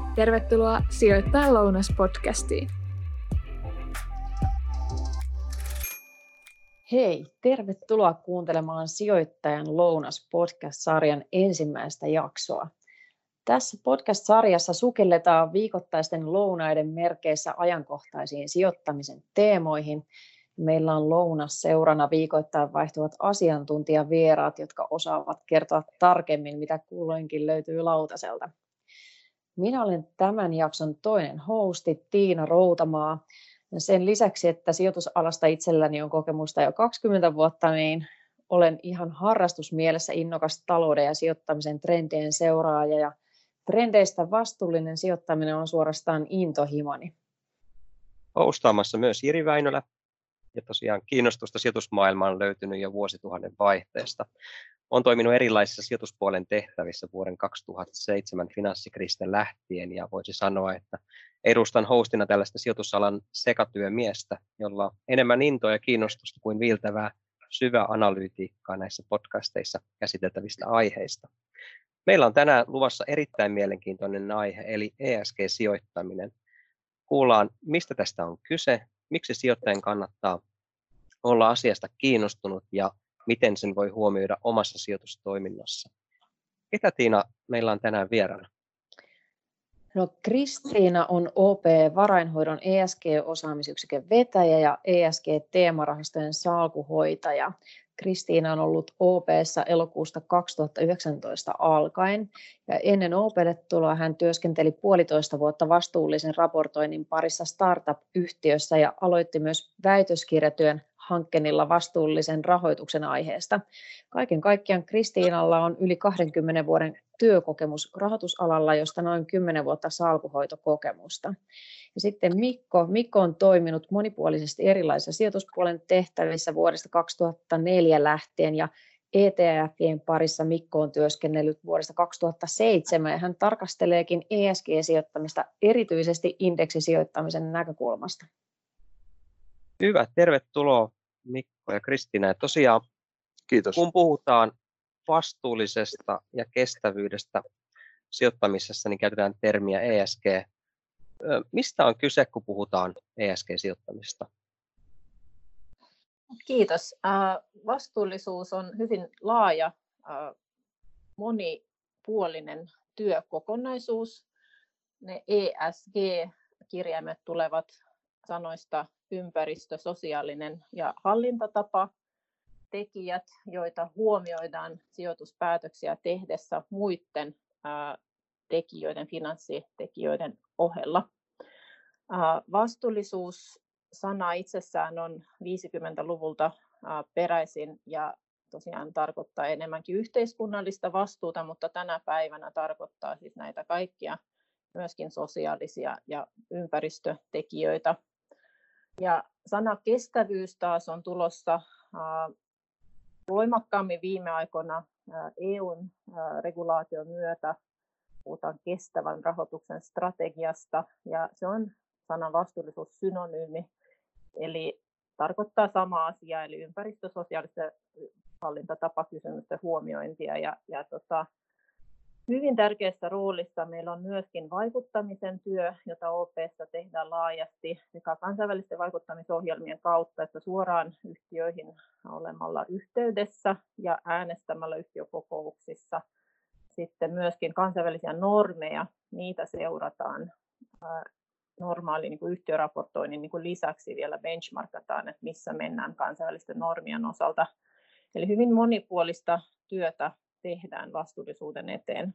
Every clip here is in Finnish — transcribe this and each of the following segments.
Tervetuloa Sijoittajan lounas-podcastiin. Hei, tervetuloa kuuntelemaan Sijoittajan lounas-podcast-sarjan ensimmäistä jaksoa. Tässä podcast-sarjassa sukelletaan viikoittaisten lounaiden merkeissä ajankohtaisiin sijoittamisen teemoihin. Meillä on lounasseurana viikoittain vaihtuvat asiantuntijavieraat, jotka osaavat kertoa tarkemmin, mitä kulloinkin löytyy lautaselta. Minä olen tämän jakson toinen hosti, Tiina Routamaa. Sen lisäksi, että sijoitusalasta itselläni on kokemusta jo 20 vuotta, niin olen ihan harrastusmielessä innokas talouden ja sijoittamisen trendien seuraaja. Ja trendeistä vastuullinen sijoittaminen on suorastaan intohimoni. Hostaamassa myös Jiri Väinölä. Ja tosiaan kiinnostusta sijoitusmaailmaan on löytynyt jo vuosituhannen vaihteesta. Olen toiminut erilaisissa sijoituspuolen tehtävissä vuoden 2007 finanssikriisistä lähtien ja voisi sanoa, että edustan hostina tällaista sijoitusalan sekatyömiestä, jolla on enemmän intoa ja kiinnostusta kuin viiltävää syvää analyytiikkaa näissä podcasteissa käsiteltävistä aiheista. Meillä on tänään luvassa erittäin mielenkiintoinen aihe, eli ESG-sijoittaminen. Kuullaan, mistä tästä on kyse, miksi sijoittajan kannattaa olla asiasta kiinnostunut ja miten sen voi huomioida omassa sijoitustoiminnassa. Ketä, Tiina, meillä on tänään vieraana? No, Kristiina on OP Varainhoidon ESG-osaamisyksikön vetäjä ja ESG-teemarahastojen salkuhoitaja. Kristiina on ollut OP:ssa elokuusta 2019 alkaen ja ennen OP:lle tuloa hän työskenteli 1,5 vuotta vastuullisen raportoinnin parissa startup-yhtiössä ja aloitti myös väitöskirjatyön Hankenilla vastuullisen rahoituksen aiheesta. Kaiken kaikkiaan Kristiinalla on yli 20 vuoden työkokemus rahoitusalalla, josta noin 10 vuotta salkuhoitokokemusta. Ja sitten Mikko on toiminut monipuolisesti erilaisissa sijoituspuolen tehtävissä vuodesta 2004 lähtien ja ETF:ien parissa Mikko on työskennellyt vuodesta 2007 ja hän tarkasteleekin ESG-sijoittamista erityisesti indeksisijoittamisen näkökulmasta. Hyvä, tervetuloa Mikko ja Kristiina. Ja tosiaan, kiitos. Kun puhutaan vastuullisesta ja kestävyydestä sijoittamisessa, niin käytetään termiä ESG. Mistä on kyse, kun puhutaan ESG-sijoittamisesta? Kiitos. Vastuullisuus on hyvin laaja, monipuolinen työkokonaisuus. Ne ESG-kirjaimet tulevat sanoista ympäristö, sosiaalinen ja hallintatapa, tekijät, joita huomioidaan sijoituspäätöksiä tehdessä muiden tekijöiden, finanssitekijöiden ohella. Vastuullisuus-sana itsessään on 50-luvulta peräisin ja tosiaan tarkoittaa enemmänkin yhteiskunnallista vastuuta, mutta tänä päivänä tarkoittaa siis näitä kaikkia myöskin sosiaalisia ja ympäristötekijöitä. Ja sana kestävyys taas on tulossa voimakkaammin viime aikoina EUn regulaation myötä. Puhutaan kestävän rahoituksen strategiasta ja se on sanan vastuullisuus synonyymi, eli tarkoittaa samaa asiaa, eli ympäristö-, sosiaalisten hallintatapakysymysten huomiointia. Hyvin tärkeässä roolissa meillä on myöskin vaikuttamisen työ, jota OP:ssa tehdään laajasti sekä kansainvälisten vaikuttamisohjelmien kautta että suoraan yhtiöihin olemalla yhteydessä ja äänestämällä yhtiökokouksissa. Sitten myöskin kansainvälisiä normeja, niitä seurataan normaali niin kuin yhtiöraportoinnin niin kuin lisäksi vielä benchmarkataan, että missä mennään kansainvälisten normien osalta. Eli hyvin monipuolista työtä tehdään vastuullisuuden eteen.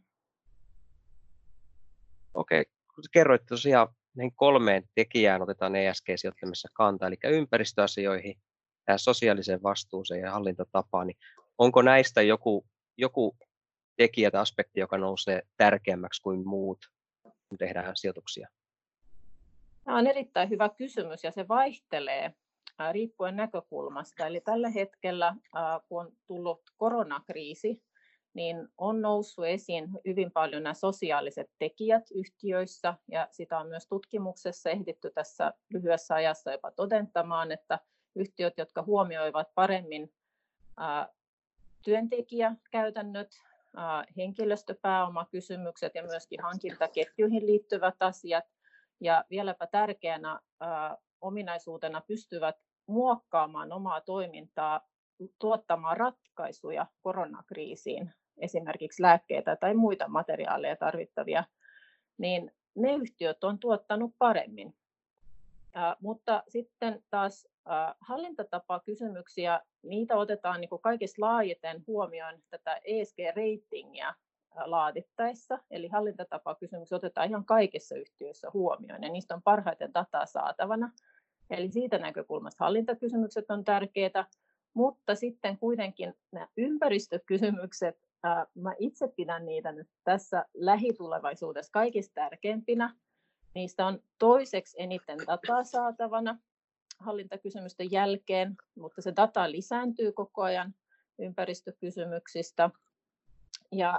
Okei, kun kerroit tosiaan näihin 3 tekijään otetaan ESG-sijoittamisessa kantaa, eli ympäristöasioihin, tähän sosiaaliseen vastuuseen ja hallintatapaan, niin onko näistä joku tekijä tai aspekti, joka nousee tärkeämmäksi kuin muut, kun tehdään sijoituksia? Tämä on erittäin hyvä kysymys ja se vaihtelee riippuen näkökulmasta. Eli tällä hetkellä, kun on tullut koronakriisi, niin on noussut esiin hyvin paljon nämä sosiaaliset tekijät yhtiöissä ja sitä on myös tutkimuksessa ehditty tässä lyhyessä ajassa jopa todentamaan, että yhtiöt, jotka huomioivat paremmin työntekijäkäytännöt, henkilöstöpääomakysymykset ja myöskin hankintaketjuihin liittyvät asiat. Ja vieläpä tärkeänä ominaisuutena pystyvät muokkaamaan omaa toimintaa, tuottamaan ratkaisuja koronakriisiin, esimerkiksi lääkkeitä tai muita materiaaleja tarvittavia, niin ne yhtiöt on tuottanut paremmin. Mutta sitten taas hallintatapakysymyksiä, niitä otetaan niin kuin kaikista laajiten huomioon tätä ESG-ratingia laadittaessa, eli hallintatapakysymykset otetaan ihan kaikissa yhtiöissä huomioon, ja niistä on parhaiten dataa saatavana. Eli siitä näkökulmasta hallintakysymykset on tärkeitä, mutta sitten kuitenkin nämä ympäristökysymykset, mä itse pidän niitä nyt tässä lähitulevaisuudessa kaikista tärkeimpinä. Niistä on toiseksi eniten dataa saatavana hallintakysymysten jälkeen, mutta se data lisääntyy koko ajan ympäristökysymyksistä. Ja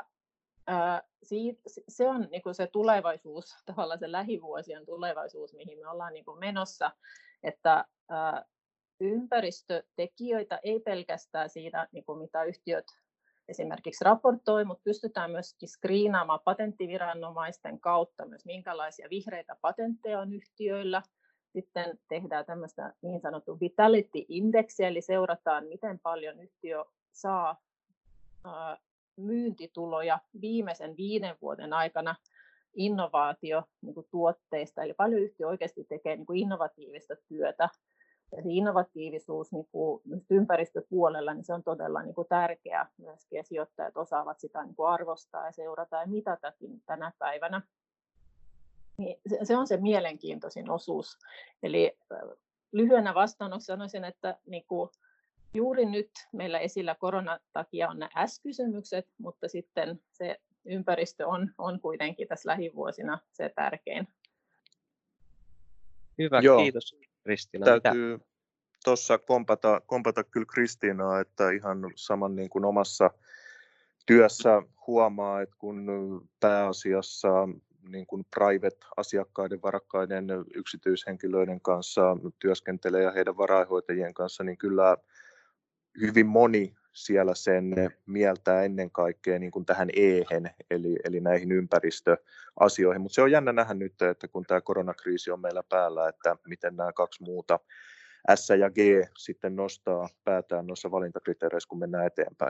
se on niin kuin se tulevaisuus, tavallaan se lähivuosien tulevaisuus, mihin me ollaan niin kuin menossa, että ympäristötekijöitä ei pelkästään siinä, niin kuin mitä yhtiöt esimerkiksi raportoi, mutta pystytään myöskin skriinaamaan patenttiviranomaisten kautta myös minkälaisia vihreitä patentteja on yhtiöillä. Sitten tehdään tämmöistä niin sanottua vitality-indeksiä, eli seurataan, miten paljon yhtiö saa myyntituloja viimeisen 5 vuoden aikana innovaatiotuotteista, eli paljon yhtiö oikeasti tekee niin kuin innovatiivista työtä. Ja se innovatiivisuus niin kuin ympäristöpuolella, niin se on todella niin kuin tärkeää myöskin, ja sijoittajat osaavat sitä niin kuin arvostaa ja seurata ja mitatakin tänä päivänä. Niin se on se mielenkiintoisin osuus. Eli lyhyenä vastaanoksi sanoisin, että niin kuin juuri nyt meillä esillä koronan takia on nämä S-kysymykset, mutta sitten se ympäristö on kuitenkin tässä lähivuosina se tärkein. Hyvä, kiitos Kristiina. Täytyy tuossa kompata kyllä Kristiinaa, että ihan saman niin kuin omassa työssä huomaa, että kun pääasiassa niin kuin private-asiakkaiden, varakkaiden yksityishenkilöiden kanssa työskentelee ja heidän varainhoitajien kanssa, niin kyllä hyvin moni siellä sen mieltää ennen kaikkea niin kuin tähän E-hen, eli näihin ympäristöasioihin. Mutta se on jännä nähdä nyt, että kun tämä koronakriisi on meillä päällä, että miten nämä 2 muuta S ja G sitten nostaa päätään noissa valintakriteereissä, kun mennään eteenpäin.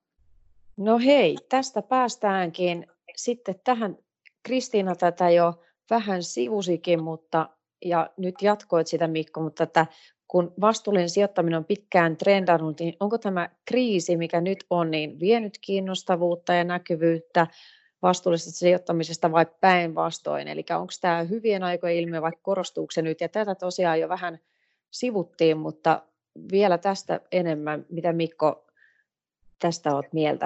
No hei, tästä päästäänkin sitten tähän. Kristiina tätä jo vähän sivusikin, ja nyt jatkoit sitä, Mikko, mutta kun vastuullinen sijoittaminen on pitkään trendannut, niin onko tämä kriisi, mikä nyt on, niin vienyt kiinnostavuutta ja näkyvyyttä vastuullisesta sijoittamisesta vai päinvastoin? Eli onko tämä hyvien aikojen ilmiö vai korostuuko se nyt? Ja tätä tosiaan jo vähän sivuttiin, mutta vielä tästä enemmän. Mitä Mikko tästä olet mieltä?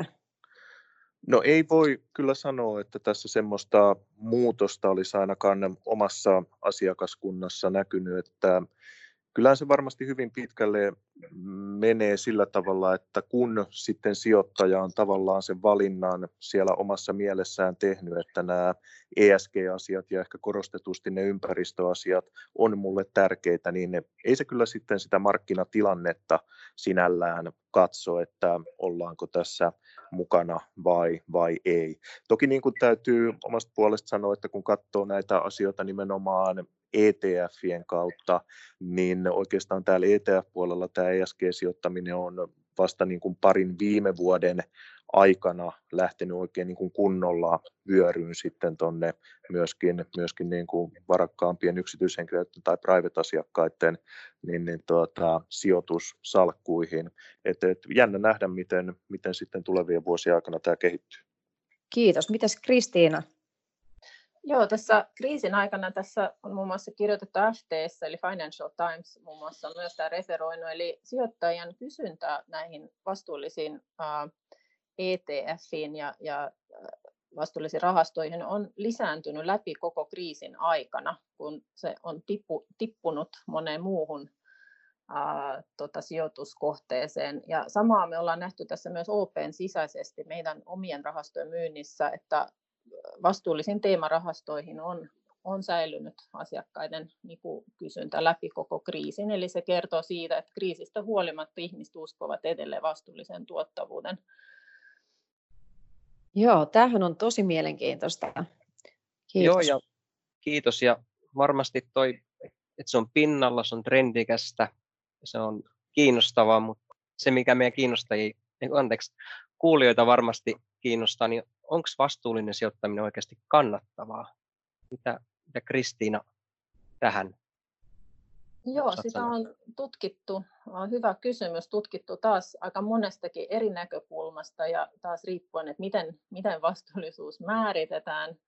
No ei voi kyllä sanoa, että tässä semmoista muutosta olisi ainakaan omassa asiakaskunnassa näkynyt, että kyllähän se varmasti hyvin pitkälle menee sillä tavalla, että kun sitten sijoittaja on tavallaan sen valinnan siellä omassa mielessään tehnyt, että nämä ESG-asiat ja ehkä korostetusti ne ympäristöasiat on mulle tärkeitä, niin ei se kyllä sitten sitä markkinatilannetta sinällään katso, että ollaanko tässä mukana vai ei. Toki niin kuin täytyy omasta puolesta sanoa, että kun katsoo näitä asioita nimenomaan ETFien kautta, niin oikeastaan täällä ETF-puolella tämä ESG-sijoittaminen on vasta niin kuin parin viime vuoden aikana lähtenyt oikein niin kuin kunnolla vyöryyn sitten tuonne myöskin niin kuin varakkaampien yksityishenkilöiden tai private-asiakkaiden sijoitussalkkuihin. Et jännä nähdä, miten sitten tulevien vuosien aikana tämä kehittyy. Kiitos. Mitäs Kristiina? Joo, tässä kriisin aikana tässä on muun muassa kirjoitettu FT:ssä, eli Financial Times muun muassa on myös tämä referoinut, eli sijoittajien kysyntä näihin vastuullisiin ETFiin ja vastuullisiin rahastoihin on lisääntynyt läpi koko kriisin aikana, kun se on tippunut moneen muuhun sijoituskohteeseen. Ja samaa me ollaan nähty tässä myös OP:n sisäisesti meidän omien rahastojen myynnissä, että vastuullisiin teemarahastoihin on säilynyt asiakkaiden kysyntä läpi koko kriisin. Eli se kertoo siitä, että kriisistä huolimatta ihmiset uskovat edelleen vastuullisen tuottavuuden. Joo, tämähän on tosi mielenkiintoista. Joo, Kiitos. ja kiitos. Ja varmasti että se on pinnalla, se on trendikästä, se on kiinnostavaa, mutta se, mikä meidän kuulijoita varmasti kiinnostaa, niin onko vastuullinen sijoittaminen oikeasti kannattavaa? Mitä Kristiina tähän? Joo, sitä on tutkittu, hyvä kysymys, tutkittu taas aika monestakin eri näkökulmasta ja taas riippuen, että miten vastuullisuus määritetään.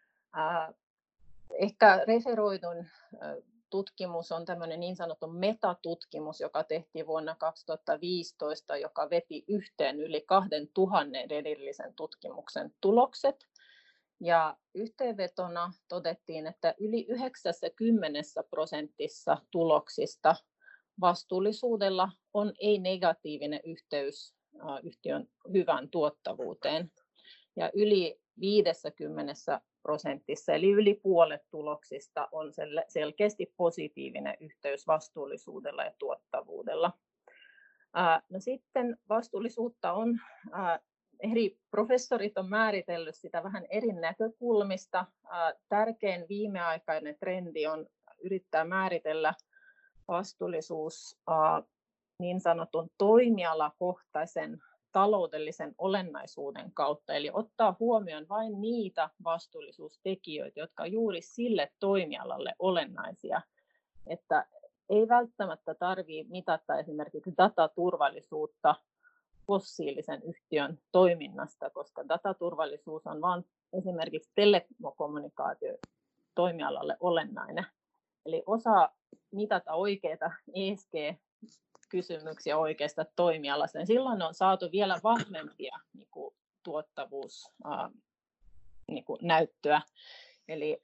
Ehkä referoidun tutkimus on tämmöinen niin sanottu metatutkimus, joka tehtiin vuonna 2015, joka veti yhteen yli 2000 edellisen tutkimuksen tulokset. Ja yhteenvetona todettiin, että yli 90% tuloksista vastuullisuudella on ei-negatiivinen yhteys yhtiön hyvään tuottavuuteen. Ja yli 50%, eli yli puolet tuloksista on selkeästi positiivinen yhteys vastuullisuudella ja tuottavuudella. No sitten vastuullisuutta on eri professorit on määritellyt sitä vähän eri näkökulmista. Tärkein viimeaikainen trendi on yrittää määritellä vastuullisuus niin sanotun toimialakohtaisen taloudellisen olennaisuuden kautta, eli ottaa huomioon vain niitä vastuullisuustekijöitä, jotka on juuri sille toimialalle olennaisia, että ei välttämättä tarvitse mitata esimerkiksi dataturvallisuutta fossiilisen yhtiön toiminnasta, koska dataturvallisuus on vain esimerkiksi telekommunikaatiotoimialalle olennainen. Eli osaa mitata oikeita ESG-kysymyksiä oikeasta toimialasta, niin silloin on saatu vielä vahvempia tuottavuusnäyttöä. Eli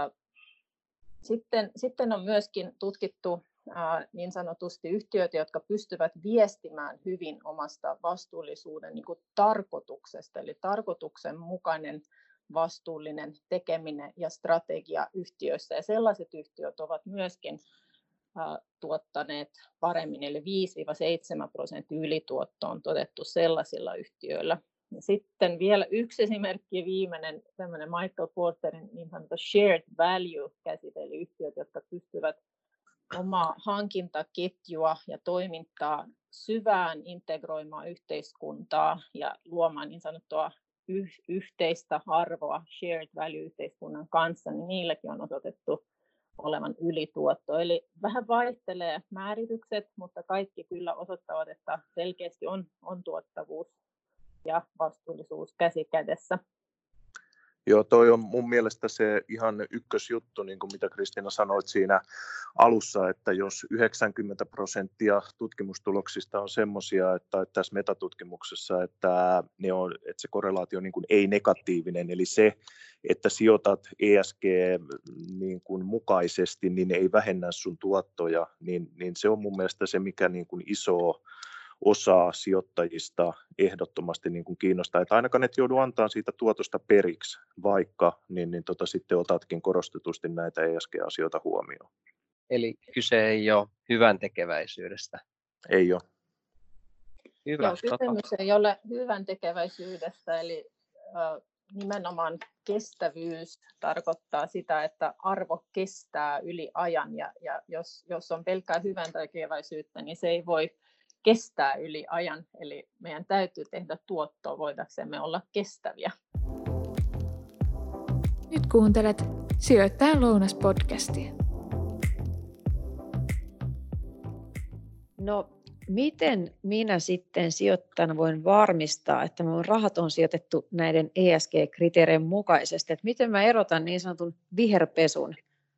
sitten on myöskin tutkittu niin sanotusti yhtiöitä, jotka pystyvät viestimään hyvin omasta vastuullisuuden tarkoituksesta, eli tarkoituksenmukainen vastuullinen tekeminen ja strategia yhtiöissä. Ja sellaiset yhtiöt ovat myöskin tuottaneet paremmin, eli 5-7% ylituotto on todettu sellaisilla yhtiöillä. Ja sitten vielä yksi esimerkki, viimeinen, tämmöinen Michael Porterin niin sanottu shared value-käsite, eli yhtiöt, jotka pystyvät omaa hankintaketjua ja toimintaa syvään integroimaan yhteiskuntaa ja luomaan niin sanottua yhteistä arvoa, shared value-yhteiskunnan kanssa, niin niilläkin on osoitettu olevan ylituotto. Eli vähän vaihtelee määritykset, mutta kaikki kyllä osoittavat, että selkeästi on tuottavuus ja vastuullisuus käsi kädessä. Joo, toi on mun mielestä se ihan ykkösjuttu, niin kuin mitä Kristiina sanoit siinä alussa, että jos 90% tutkimustuloksista on semmoisia, että tässä metatutkimuksessa, että se korrelaatio on niin kuin ei-negatiivinen, eli se, että sijoitat ESG niin kuin mukaisesti, niin ei vähennä sun tuottoja, niin se on mun mielestä se, mikä niin kuin iso osa sijoittajista ehdottomasti niin kuin kiinnostaa, että ainakaan et joudu antaa siitä tuotosta periksi, vaikka sitten otatkin korostetusti näitä ESG-asioita huomioon. Eli kyse ei ole hyvän tekeväisyydestä. Ei ole. Hyvä. Joo, kysymys ei ole hyvän tekeväisyydestä, eli nimenomaan kestävyys tarkoittaa sitä, että arvo kestää yli ajan, ja jos on pelkkää hyvän tekeväisyyttä, niin se ei voi kestää yli ajan, eli meidän täytyy tehdä tuottoa voidaksemme olla kestäviä. Nyt kuuntelet Sijoittajan lounas-podcastia. No, miten minä sitten sijoittajana voin varmistaa, että minun rahat on sijoitettu näiden ESG-kriteerien mukaisesti? Että miten mä erotan niin sanotun viherpesun?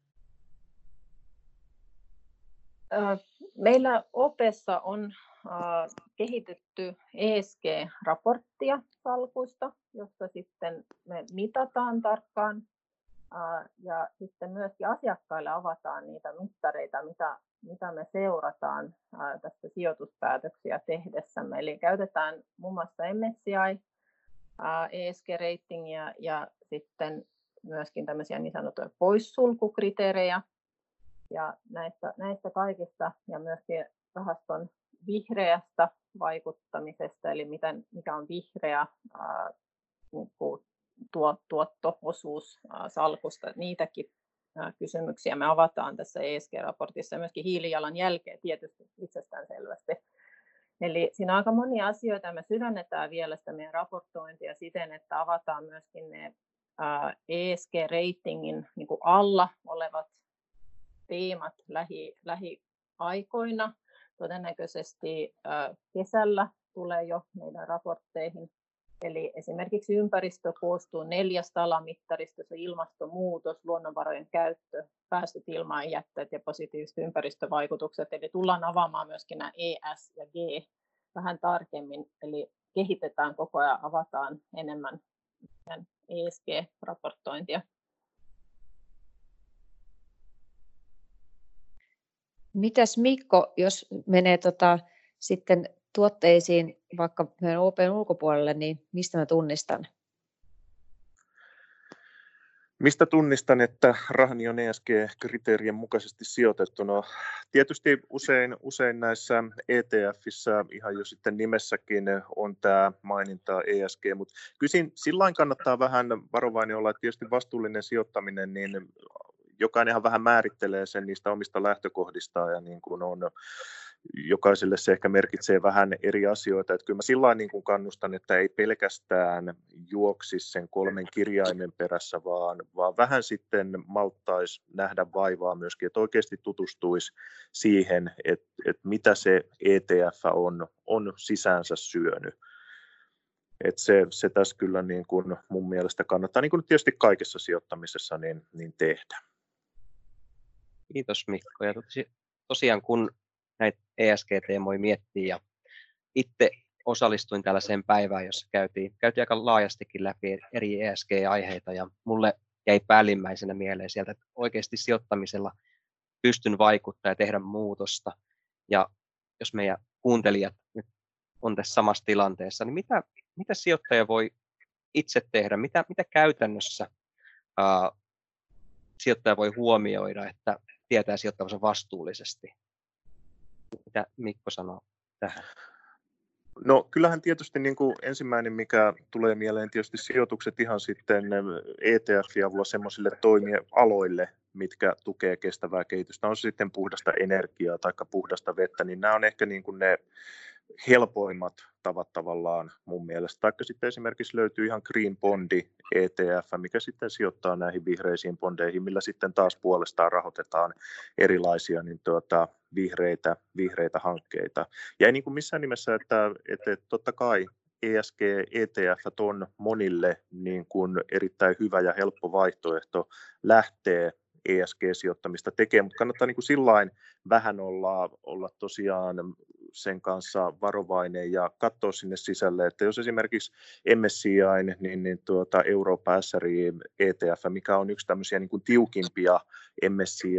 Meillä OP:ssa on kehitetty ESG-raporttia salkuista, jossa sitten me mitataan tarkkaan ja sitten myöskin asiakkaille avataan niitä mittareita, mitä me seurataan tässä sijoituspäätöksiä tehdessämme. Eli käytetään muun muassa MSCI ESG-ratingia ja sitten myöskin tämmöisiä niin sanottuja poissulkukriteerejä. Ja näistä kaikista ja myöskin rahaston vihreästä vaikuttamisesta, eli mikä on vihreä niin kuin tuotto-osuus salkusta, niitäkin kysymyksiä me avataan tässä ESG-raportissa ja myöskin hiilijalanjälkeä tietysti itsestäänselvästi. Eli siinä on aika monia asioita ja me syvennetään vielä sitä meidän raportointia siten, että avataan myöskin ne ESG-ratingin niin kuin alla olevat teemat lähiaikoina. Todennäköisesti kesällä tulee jo meidän raportteihin. Eli esimerkiksi ympäristö koostuu 4 alamittarista: ilmastonmuutos, luonnonvarojen käyttö, päästöt, ilmaan jätteet ja positiiviset ympäristövaikutukset. Eli tullaan avaamaan myöskin nämä E, S ja G vähän tarkemmin. Eli kehitetään koko ajan, avataan enemmän ESG-raportointia. Mitäs Mikko, jos menee sitten tuotteisiin vaikka meidän OP:n ulkopuolelle, niin mistä mä tunnistan? Mistä tunnistan, että rahani on ESG-kriteerien mukaisesti sijoitettu? No, tietysti usein näissä ETFissä ihan jo sitten nimessäkin on tämä maininta ESG, mutta kyllä sillain kannattaa vähän varovainen olla, että tietysti vastuullinen sijoittaminen, niin jokainenhan vähän määrittelee sen niistä omista lähtökohdistaan ja niin kuin on, jokaiselle se ehkä merkitsee vähän eri asioita. Että kyllä mä sillain niin kuin kannustan, että ei pelkästään juoksisi sen 3 kirjaimen perässä, vaan vähän sitten malttaisi nähdä vaivaa myöskin, että oikeasti tutustuisi siihen, että mitä se ETF on sisäänsä syönyt. Että se tässä kyllä niin kuin mun mielestä kannattaa niin kuin tietysti kaikessa sijoittamisessa niin tehdä. Kiitos Mikko. Ja tosiaan kun näitä ESG-teemoja miettii ja itse osallistuin tällaiseen päivään, jossa käytiin aika laajastikin läpi eri ESG-aiheita ja mulle jäi päällimmäisenä mieleen sieltä, että oikeasti sijoittamisella pystyn vaikuttamaan ja tehdä muutosta. Ja jos meidän kuuntelijat nyt on tässä samassa tilanteessa, niin mitä sijoittaja voi itse tehdä? Mitä käytännössä sijoittaja voi huomioida, että tietää sijoittavansa vastuullisesti? Mitä Mikko sanoo tähän? No kyllähän tietysti niin kuin ensimmäinen, mikä tulee mieleen, tietysti sijoitukset ihan sitten ETF-avulla semmoisille toimialoille, mitkä tukee kestävää kehitystä. On se sitten puhdasta energiaa tai puhdasta vettä, niin nämä on ehkä niin kuin ne helpoimmat tavat tavallaan mun mielestä. Taikka sitten esimerkiksi löytyy ihan Green Bondi ETF, mikä sitten sijoittaa näihin vihreisiin bondeihin, millä sitten taas puolestaan rahoitetaan erilaisia vihreitä hankkeita. Ja ei niin kuin missään nimessä, että totta kai ESG, ETF on monille niin kuin erittäin hyvä ja helppo vaihtoehto lähteä ESG-sijoittamista tekee, mutta kannattaa niin kuin sillain vähän olla tosiaan sen kanssa varovainen ja katsoa sinne sisälle, että jos esimerkiksi MSCI, Eurooppa SRI ETF, mikä on yksi tämmöisiä niin kuin tiukimpia MSCI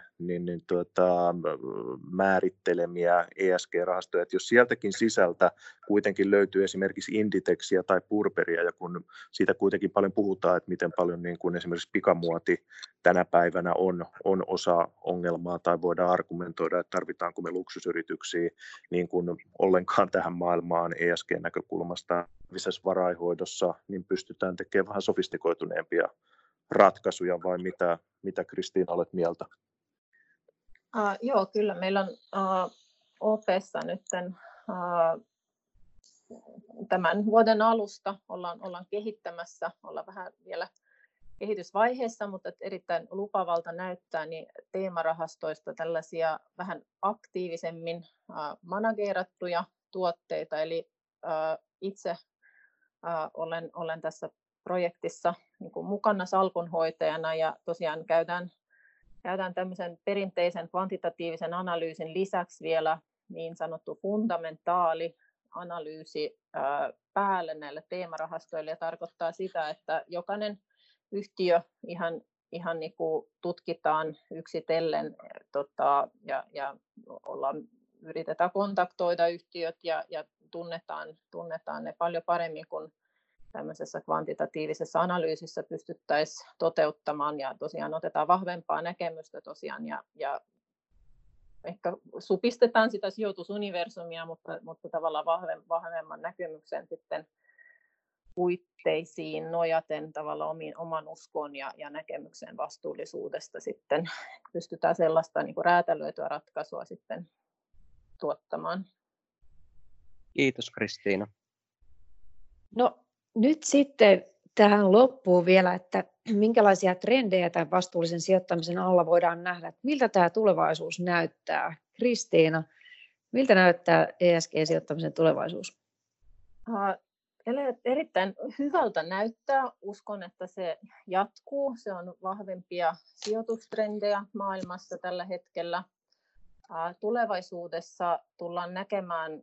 määrittelemiä ESG-rahastoja, että jos sieltäkin sisältä kuitenkin löytyy esimerkiksi Inditexia tai Purberia, ja kun siitä kuitenkin paljon puhutaan, että miten paljon niin kuin esimerkiksi pikamuoti tänä päivänä on osa ongelmaa, tai voidaan argumentoida, että tarvitaanko me luksusyrityksiä niin kuin ollenkaan tähän maailmaan ESG-näkökulmasta visessä varainhoidossa, niin pystytään tekemään vähän sofistikoituneempia ratkaisuja, vai mitä Kristiina olet mieltä? Joo, kyllä meillä on OP:ssa nyt tämän vuoden alusta ollaan kehittämässä, ollaan vähän vielä kehitysvaiheessa, mutta erittäin lupavalta näyttää, niin teemarahastoista tällaisia vähän aktiivisemmin manageerattuja tuotteita, eli itse olen tässä projektissa niin kuin mukana salkunhoitajana, ja tosiaan käydään tämmöisen perinteisen kvantitatiivisen analyysin lisäksi vielä niin sanottu fundamentaali analyysi päälle näille teemarahastoille, ja tarkoittaa sitä, että jokainen yhtiö ihan niin kuin tutkitaan yksitellen ja yritetään kontaktoida yhtiöt ja tunnetaan ne paljon paremmin kuin tämmöisessä kvantitatiivisessa analyysissä pystyttäisiin toteuttamaan, ja tosiaan otetaan vahvempaa näkemystä tosiaan ja ehkä supistetaan sitä sijoitusuniversumia, mutta tavallaan vahvemman näkemyksen sitten puitteisiin nojaten tavallaan oman uskon ja näkemyksen vastuullisuudesta sitten pystytään sellaista niin kuin räätälöityä ratkaisua sitten tuottamaan. Kiitos Kristiina. No nyt sitten tähän loppuun vielä, että minkälaisia trendejä tämän vastuullisen sijoittamisen alla voidaan nähdä, että miltä tämä tulevaisuus näyttää. Kristiina, miltä näyttää ESG-sijoittamisen tulevaisuus? Erittäin hyvältä näyttää. Uskon, että se jatkuu. Se on vahvempia sijoitustrendejä maailmassa tällä hetkellä. Tulevaisuudessa tullaan näkemään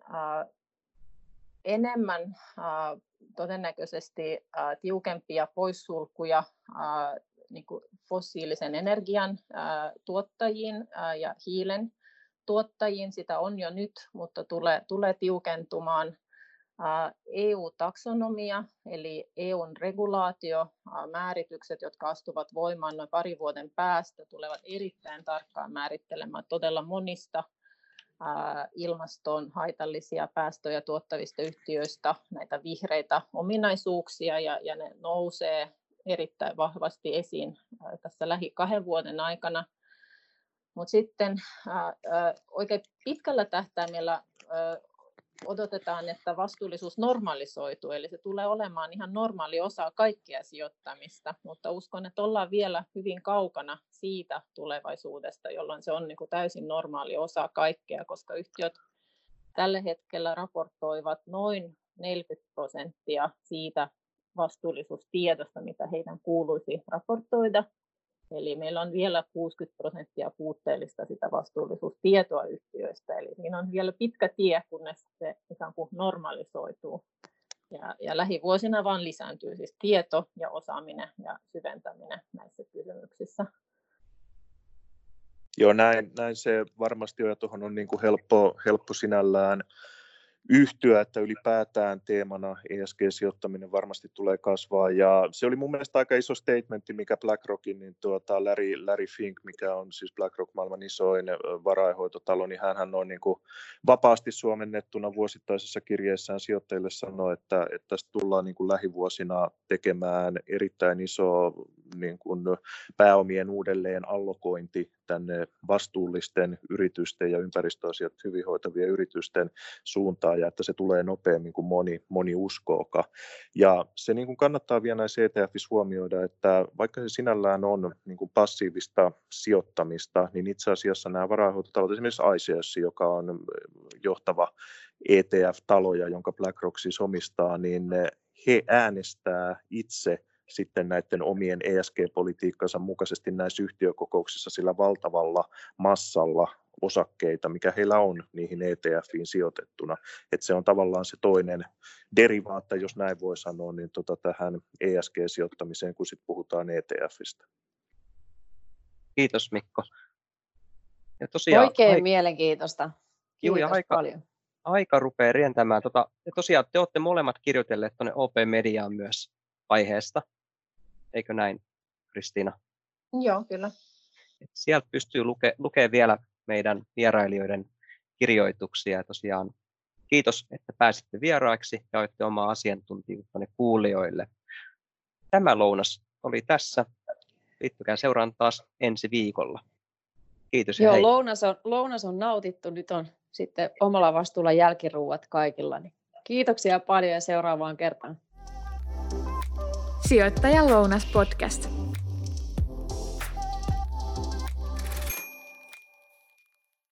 enemmän todennäköisesti tiukempia poissulkuja niin kuin fossiilisen energian tuottajiin ja hiilen tuottajiin. Sitä on jo nyt, mutta tulee tiukentumaan. EU-taksonomia, eli EUn regulaatiomääritykset, jotka astuvat voimaan noin parin vuoden päästä, tulevat erittäin tarkkaan määrittelemään todella monista ilmastoon haitallisia päästöjä tuottavista yhtiöistä näitä vihreitä ominaisuuksia, ja ne nousee erittäin vahvasti esiin tässä lähi 2 vuoden aikana. Mutta sitten oikein pitkällä tähtäimellä odotetaan, että vastuullisuus normalisoituu, eli se tulee olemaan ihan normaali osa kaikkea sijoittamista, mutta uskon, että ollaan vielä hyvin kaukana siitä tulevaisuudesta, jolloin se on niin kuin täysin normaali osa kaikkea, koska yhtiöt tällä hetkellä raportoivat noin 40% siitä vastuullisuustiedosta, mitä heidän kuuluisi raportoida. Eli meillä on vielä 60% puutteellista sitä vastuullisuustietoa yhtiöistä. Eli siinä on vielä pitkä tie, kunnes se ikään kuin normalisoituu. Ja lähivuosina vaan lisääntyy siis tieto ja osaaminen ja syventäminen näissä kysymyksissä. Joo, näin se varmasti on, ja tuohon on niin kuin helppo sinällään yhtyä, että ylipäätään teemana ESG-sijoittaminen varmasti tulee kasvaa, ja se oli mun mielestä aika iso statementti, mikä BlackRockin, niin Larry Fink, mikä on siis BlackRock maailman isoin varainhoitotalo, niin hänhän on niin kuin vapaasti suomennettuna vuosittaisessa kirjeessään sijoittajille sanoi, että tästä tullaan niin kuin lähivuosina tekemään erittäin iso niin kuin pääomien uudelleen allokointi tänne vastuullisten yritysten ja ympäristöasiat hyvin hoitavien yritysten suuntaan, ja että se tulee nopeammin kuin moni uskookaan. Ja se niin kuin kannattaa vielä näissä ETFissä huomioida, että vaikka se sinällään on niin kuin passiivista sijoittamista, niin itse asiassa nämä varainhoitotalot, esimerkiksi iShares, joka on johtava ETF-talo, jonka BlackRock siis omistaa, niin he äänestää itse sitten näiden omien ESG-politiikkansa mukaisesti näissä yhtiökokouksissa sillä valtavalla massalla osakkeita, mikä heillä on niihin ETFiin sijoitettuna. Että se on tavallaan se toinen derivaatta, jos näin voi sanoa, niin tähän ESG-sijoittamiseen, kun sitten puhutaan ETFistä. Kiitos Mikko. Ja tosiaan, oikein mielenkiintoista. Kiitos paljon. Aika rupeaa rientämään. Ja tosiaan te olette molemmat kirjoitelleet tuonne OP Mediaan myös aiheesta. Eikö näin, Kristiina? Joo, kyllä. Sieltä pystyy lukemaan vielä meidän vierailijoiden kirjoituksia. Ja tosiaan kiitos, että pääsitte vieraiksi ja olette omaa asiantuntijuuttanne kuulijoille. Tämä lounas oli tässä. Liittykää seuraan taas ensi viikolla. Kiitos ja joo, hei. Lounas on nautittu. Nyt on sitten omalla vastuulla jälkiruuat kaikilla. Kiitoksia paljon ja seuraavaan kertaan. Sijoittajan lounas podcast.